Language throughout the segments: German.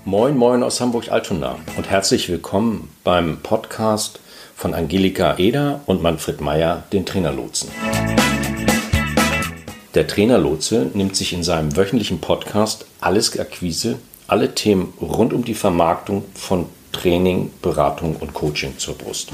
Moin Moin aus Hamburg-Altona und herzlich willkommen beim Podcast von Angelika Eder und Manfred Meyer, den Trainerlotsen. Der Trainerlotse nimmt sich in seinem wöchentlichen Podcast alles Akquise, alle Themen rund um die Vermarktung von Training, Beratung und Coaching zur Brust.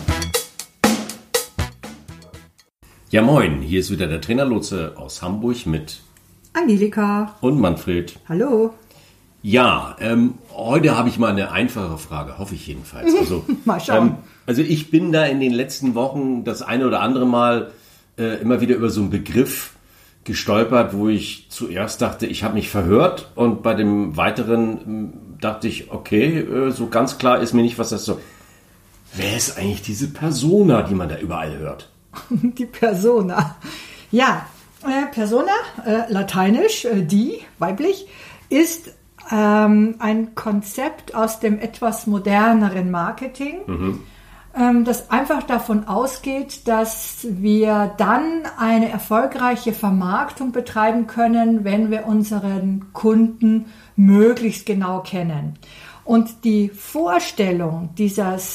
Ja moin, hier ist wieder der Trainerlotse aus Hamburg mit Angelika und Manfred. Hallo. Ja, heute habe ich mal eine einfache Frage, hoffe ich jedenfalls. Also, mal schauen. Also ich bin da in den letzten Wochen das eine oder andere Mal immer wieder über so einen Begriff gestolpert, wo ich zuerst dachte, ich habe mich verhört, und bei dem weiteren dachte ich, okay, so ganz klar ist mir nicht, was das so. Wer ist eigentlich diese Persona, die man da überall hört? Die Persona. Ja, Persona, lateinisch, die, weiblich, ist ein Konzept aus dem etwas moderneren Marketing, das einfach davon ausgeht, dass wir dann eine erfolgreiche Vermarktung betreiben können, wenn wir unseren Kunden möglichst genau kennen. Und die Vorstellung dieses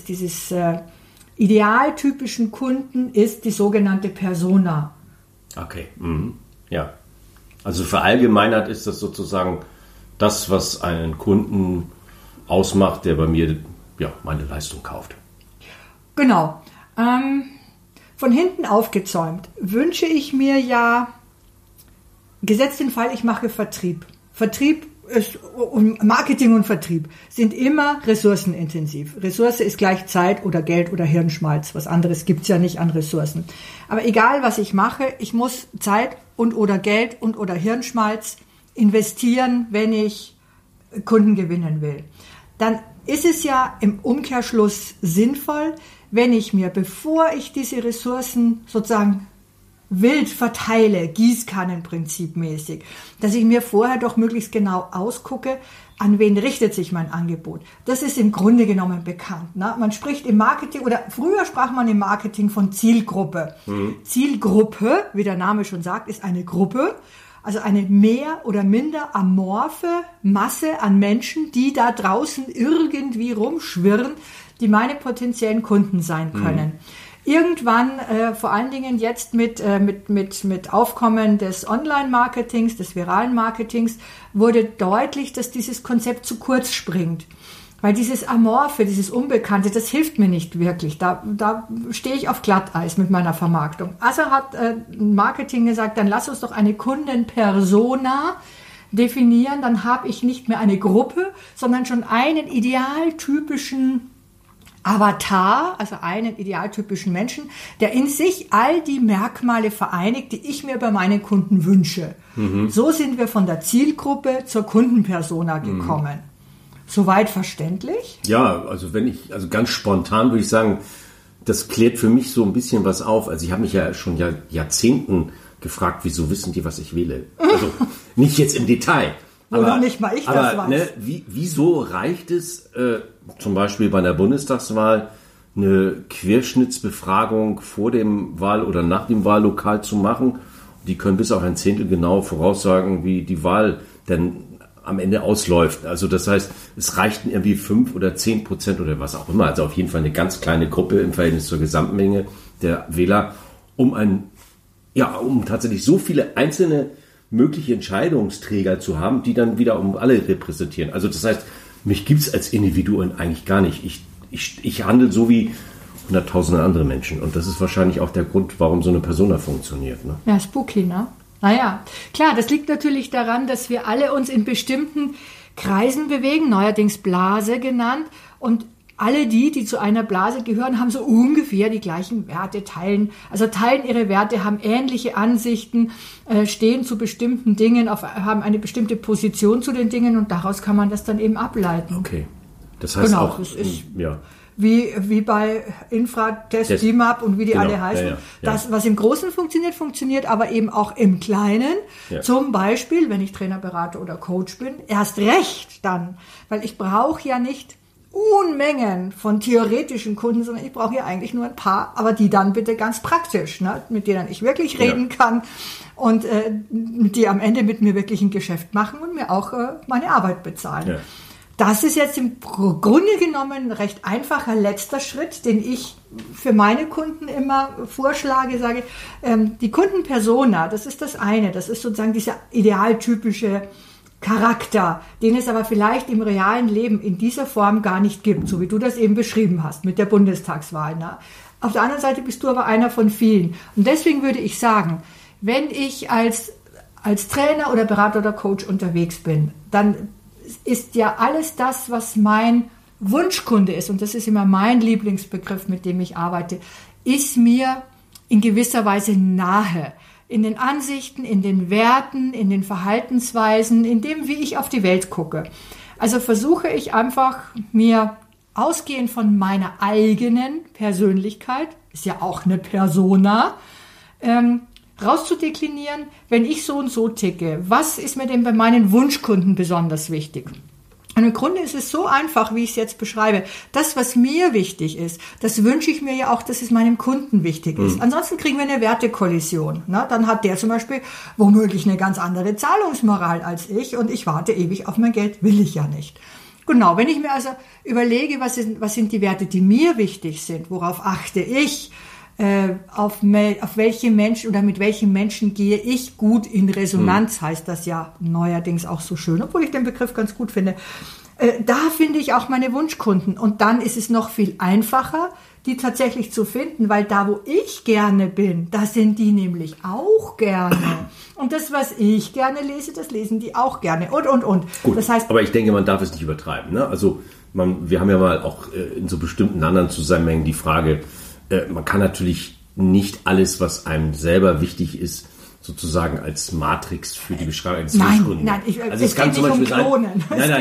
idealtypischen Kunden ist die sogenannte Persona. Okay, ja. Also verallgemeinert ist das sozusagen das, was einen Kunden ausmacht, der bei mir meine Leistung kauft. Genau. Von hinten aufgezäumt wünsche ich mir ja, gesetzt den Fall, ich mache Vertrieb. Marketing und Vertrieb sind immer ressourcenintensiv. Ressource ist gleich Zeit oder Geld oder Hirnschmalz. Was anderes gibt's ja nicht an Ressourcen. Aber egal, was ich mache, ich muss Zeit und oder Geld und oder Hirnschmalz investieren, wenn ich Kunden gewinnen will. Dann ist es ja im Umkehrschluss sinnvoll, wenn ich mir, bevor ich diese Ressourcen sozusagen wild verteile, Gießkannenprinzip mäßig, dass ich mir vorher doch möglichst genau ausgucke, an wen richtet sich mein Angebot. Das ist im Grunde genommen bekannt. Ne? Man spricht im Marketing, oder früher sprach man im Marketing von Zielgruppe. Zielgruppe, wie der Name schon sagt, ist eine Gruppe, also eine mehr oder minder amorphe Masse an Menschen, die da draußen irgendwie rumschwirren, die meine potenziellen Kunden sein können. Irgendwann, vor allen Dingen jetzt mit Aufkommen des Online-Marketings, des viralen Marketings, wurde deutlich, dass dieses Konzept zu kurz springt. Weil dieses Amorphe, dieses Unbekannte, das hilft mir nicht wirklich. Da stehe ich auf Glatteis mit meiner Vermarktung. Also hat Marketing gesagt, dann lass uns doch eine Kundenpersona definieren. Dann habe ich nicht mehr eine Gruppe, sondern schon einen idealtypischen Avatar, also einen idealtypischen Menschen, der in sich all die Merkmale vereinigt, die ich mir bei meinen Kunden wünsche. So sind wir von der Zielgruppe zur Kundenpersona gekommen. Soweit verständlich? Ja, also ganz spontan würde ich sagen, das klärt für mich so ein bisschen was auf. Also ich habe mich ja schon Jahrzehnten gefragt, wieso wissen die, was ich wähle? Also nicht jetzt im Detail. Aber nicht mal ich das weiß. Ne, wieso reicht es, zum Beispiel bei einer Bundestagswahl, eine Querschnittsbefragung vor dem Wahl- oder nach dem Wahllokal zu machen? Die können bis auf ein Zehntel genau voraussagen, wie die Wahl denn am Ende ausläuft. Also das heißt, es reichten irgendwie 5 oder 10% oder was auch immer, also auf jeden Fall eine ganz kleine Gruppe im Verhältnis zur Gesamtmenge der Wähler, um tatsächlich so viele einzelne mögliche Entscheidungsträger zu haben, die dann wieder um alle repräsentieren. Also das heißt, mich gibt es als Individuum eigentlich gar nicht. Ich handle so wie hunderttausende andere Menschen, und das ist wahrscheinlich auch der Grund, warum so eine Persona funktioniert. Ne? Ja, spooky, ne? Naja, klar, das liegt natürlich daran, dass wir alle uns in bestimmten Kreisen bewegen, neuerdings Blase genannt, und alle die zu einer Blase gehören, haben so ungefähr die gleichen Werte, teilen ihre Werte, haben ähnliche Ansichten, stehen zu bestimmten Dingen, haben eine bestimmte Position zu den Dingen, und daraus kann man das dann eben ableiten. Okay, das heißt genau, auch, das ist ja. Wie bei Infratest, DIMAP und wie die alle heißen. Ja. Das, was im Großen funktioniert, aber eben auch im Kleinen. Ja. Zum Beispiel, wenn ich Trainer, Berater oder Coach bin, erst recht dann. Weil ich brauche ja nicht Unmengen von theoretischen Kunden, sondern ich brauche ja eigentlich nur ein paar, aber die dann bitte ganz praktisch, ne, mit denen ich wirklich reden kann und die am Ende mit mir wirklich ein Geschäft machen und mir auch meine Arbeit bezahlen. Ja. das ist jetzt im Grunde genommen ein recht einfacher letzter Schritt, den ich für meine Kunden immer vorschlage, sage, die Kundenpersona, das ist das eine, das ist sozusagen dieser idealtypische Charakter, den es aber vielleicht im realen Leben in dieser Form gar nicht gibt, so wie du das eben beschrieben hast mit der Bundestagswahl. Ne? Auf der anderen Seite bist du aber einer von vielen. Und deswegen würde ich sagen, wenn ich als Trainer oder Berater oder Coach unterwegs bin, dann ist ja alles das, was mein Wunschkunde ist, und das ist immer mein Lieblingsbegriff, mit dem ich arbeite, ist mir in gewisser Weise nahe. In den Ansichten, in den Werten, in den Verhaltensweisen, in dem, wie ich auf die Welt gucke. Also versuche ich einfach, mir ausgehend von meiner eigenen Persönlichkeit, ist ja auch eine Persona, rauszudeklinieren, wenn ich so und so ticke, was ist mir denn bei meinen Wunschkunden besonders wichtig? Und im Grunde ist es so einfach, wie ich es jetzt beschreibe. Das, was mir wichtig ist, das wünsche ich mir ja auch, dass es meinem Kunden wichtig ist. Ansonsten kriegen wir eine Wertekollision. Na, dann hat der zum Beispiel womöglich eine ganz andere Zahlungsmoral als ich und ich warte ewig auf mein Geld, will ich ja nicht. Genau, wenn ich mir also überlege, was sind die Werte, die mir wichtig sind, worauf achte ich, auf welche Menschen oder mit welchen Menschen gehe ich gut in Resonanz, heißt das ja neuerdings auch so schön, obwohl ich den Begriff ganz gut finde. Da finde ich auch meine Wunschkunden. Und dann ist es noch viel einfacher, die tatsächlich zu finden, weil da, wo ich gerne bin, da sind die nämlich auch gerne. Und das, was ich gerne lese, das lesen die auch gerne. Und. Gut, das heißt, aber ich denke, man darf es nicht übertreiben. Ne? Also wir haben ja mal auch in so bestimmten anderen Zusammenhängen die Frage, man kann natürlich nicht alles, was einem selber wichtig ist, sozusagen als Matrix für die Beschreibung eines Wunschkunden. Nein, also es kann zum Beispiel sein,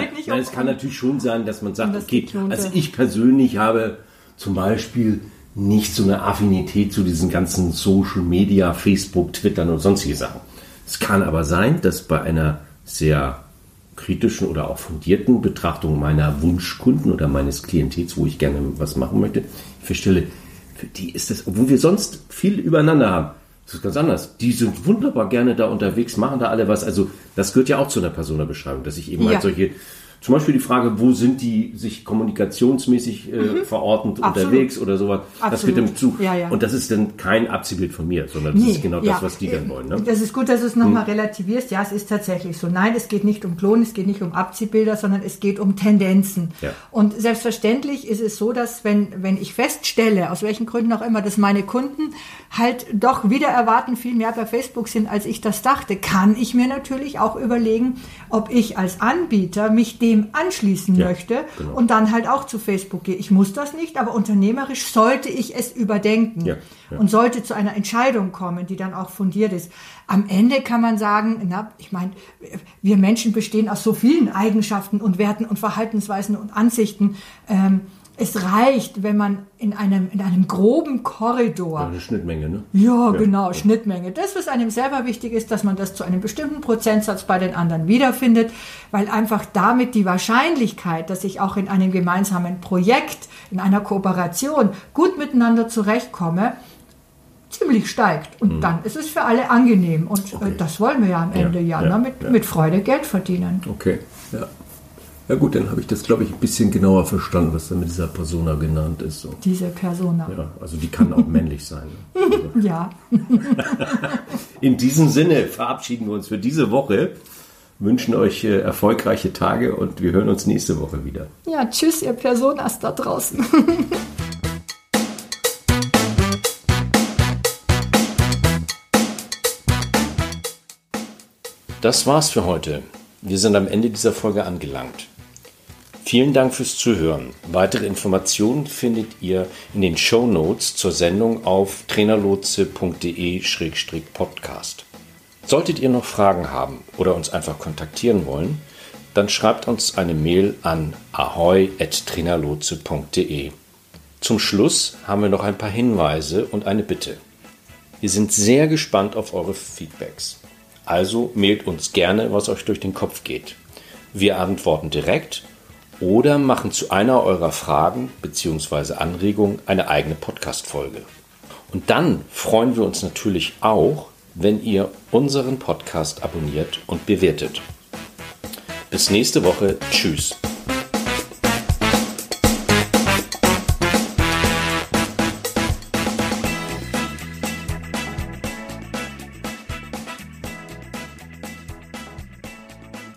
es kann natürlich schon sein, dass man sagt, okay, also ich persönlich habe zum Beispiel nicht so eine Affinität zu diesen ganzen Social Media, Facebook, Twittern und sonstige Sachen. Es kann aber sein, dass bei einer sehr kritischen oder auch fundierten Betrachtung meiner Wunschkunden oder meines Klientels, wo ich gerne was machen möchte, ich feststelle, für die ist das, obwohl wir sonst viel übereinander haben, das ist ganz anders. Die sind wunderbar gerne da unterwegs, machen da alle was. Also das gehört ja auch zu einer Personenbeschreibung, dass ich eben halt solche, zum Beispiel die Frage, wo sind die sich kommunikationsmäßig verortend unterwegs oder sowas. Absolut. Das gehört dazu. Ja. Und das ist dann kein Abziehbild von mir, sondern das ist genau das, was die dann wollen. Ne? Das ist gut, dass du es nochmal relativierst. Ja, es ist tatsächlich so. Nein, es geht nicht um Klon, es geht nicht um Abziehbilder, sondern es geht um Tendenzen. Ja. Und selbstverständlich ist es so, dass wenn ich feststelle, aus welchen Gründen auch immer, dass meine Kunden halt doch wieder erwarten, viel mehr bei Facebook sind, als ich das dachte, kann ich mir natürlich auch überlegen, ob ich als Anbieter mich dem anschließen möchte und dann halt auch zu Facebook gehe. Ich muss das nicht, aber unternehmerisch sollte ich es überdenken und sollte zu einer Entscheidung kommen, die dann auch fundiert ist. Am Ende kann man sagen, ich meine, wir Menschen bestehen aus so vielen Eigenschaften und Werten und Verhaltensweisen und Ansichten. Es reicht, wenn man in einem groben Korridor... eine Schnittmenge, ne? Ja, genau, Schnittmenge. Das, was einem selber wichtig ist, dass man das zu einem bestimmten Prozentsatz bei den anderen wiederfindet, weil einfach damit die Wahrscheinlichkeit, dass ich auch in einem gemeinsamen Projekt, in einer Kooperation gut miteinander zurechtkomme, ziemlich steigt. Und dann ist es für alle angenehm. Und das wollen wir ja am Ende mit Freude Geld verdienen. Okay, ja. Ja gut, dann habe ich das, glaube ich, ein bisschen genauer verstanden, was da mit dieser Persona genannt ist. So. Diese Persona. Ja, also die kann auch männlich sein. Ne? Ja. In diesem Sinne verabschieden wir uns für diese Woche, wünschen euch erfolgreiche Tage und wir hören uns nächste Woche wieder. Ja, tschüss, ihr Personas da draußen. Das war's für heute. Wir sind am Ende dieser Folge angelangt. Vielen Dank fürs Zuhören. Weitere Informationen findet ihr in den Shownotes zur Sendung auf trainerlotse.de/podcast. Solltet ihr noch Fragen haben oder uns einfach kontaktieren wollen, dann schreibt uns eine Mail an ahoi@trainerlotse.de. Zum Schluss haben wir noch ein paar Hinweise und eine Bitte. Wir sind sehr gespannt auf eure Feedbacks. Also mailt uns gerne, was euch durch den Kopf geht. Wir antworten direkt oder machen zu einer eurer Fragen bzw. Anregungen eine eigene Podcast-Folge. Und dann freuen wir uns natürlich auch, wenn ihr unseren Podcast abonniert und bewertet. Bis nächste Woche. Tschüss.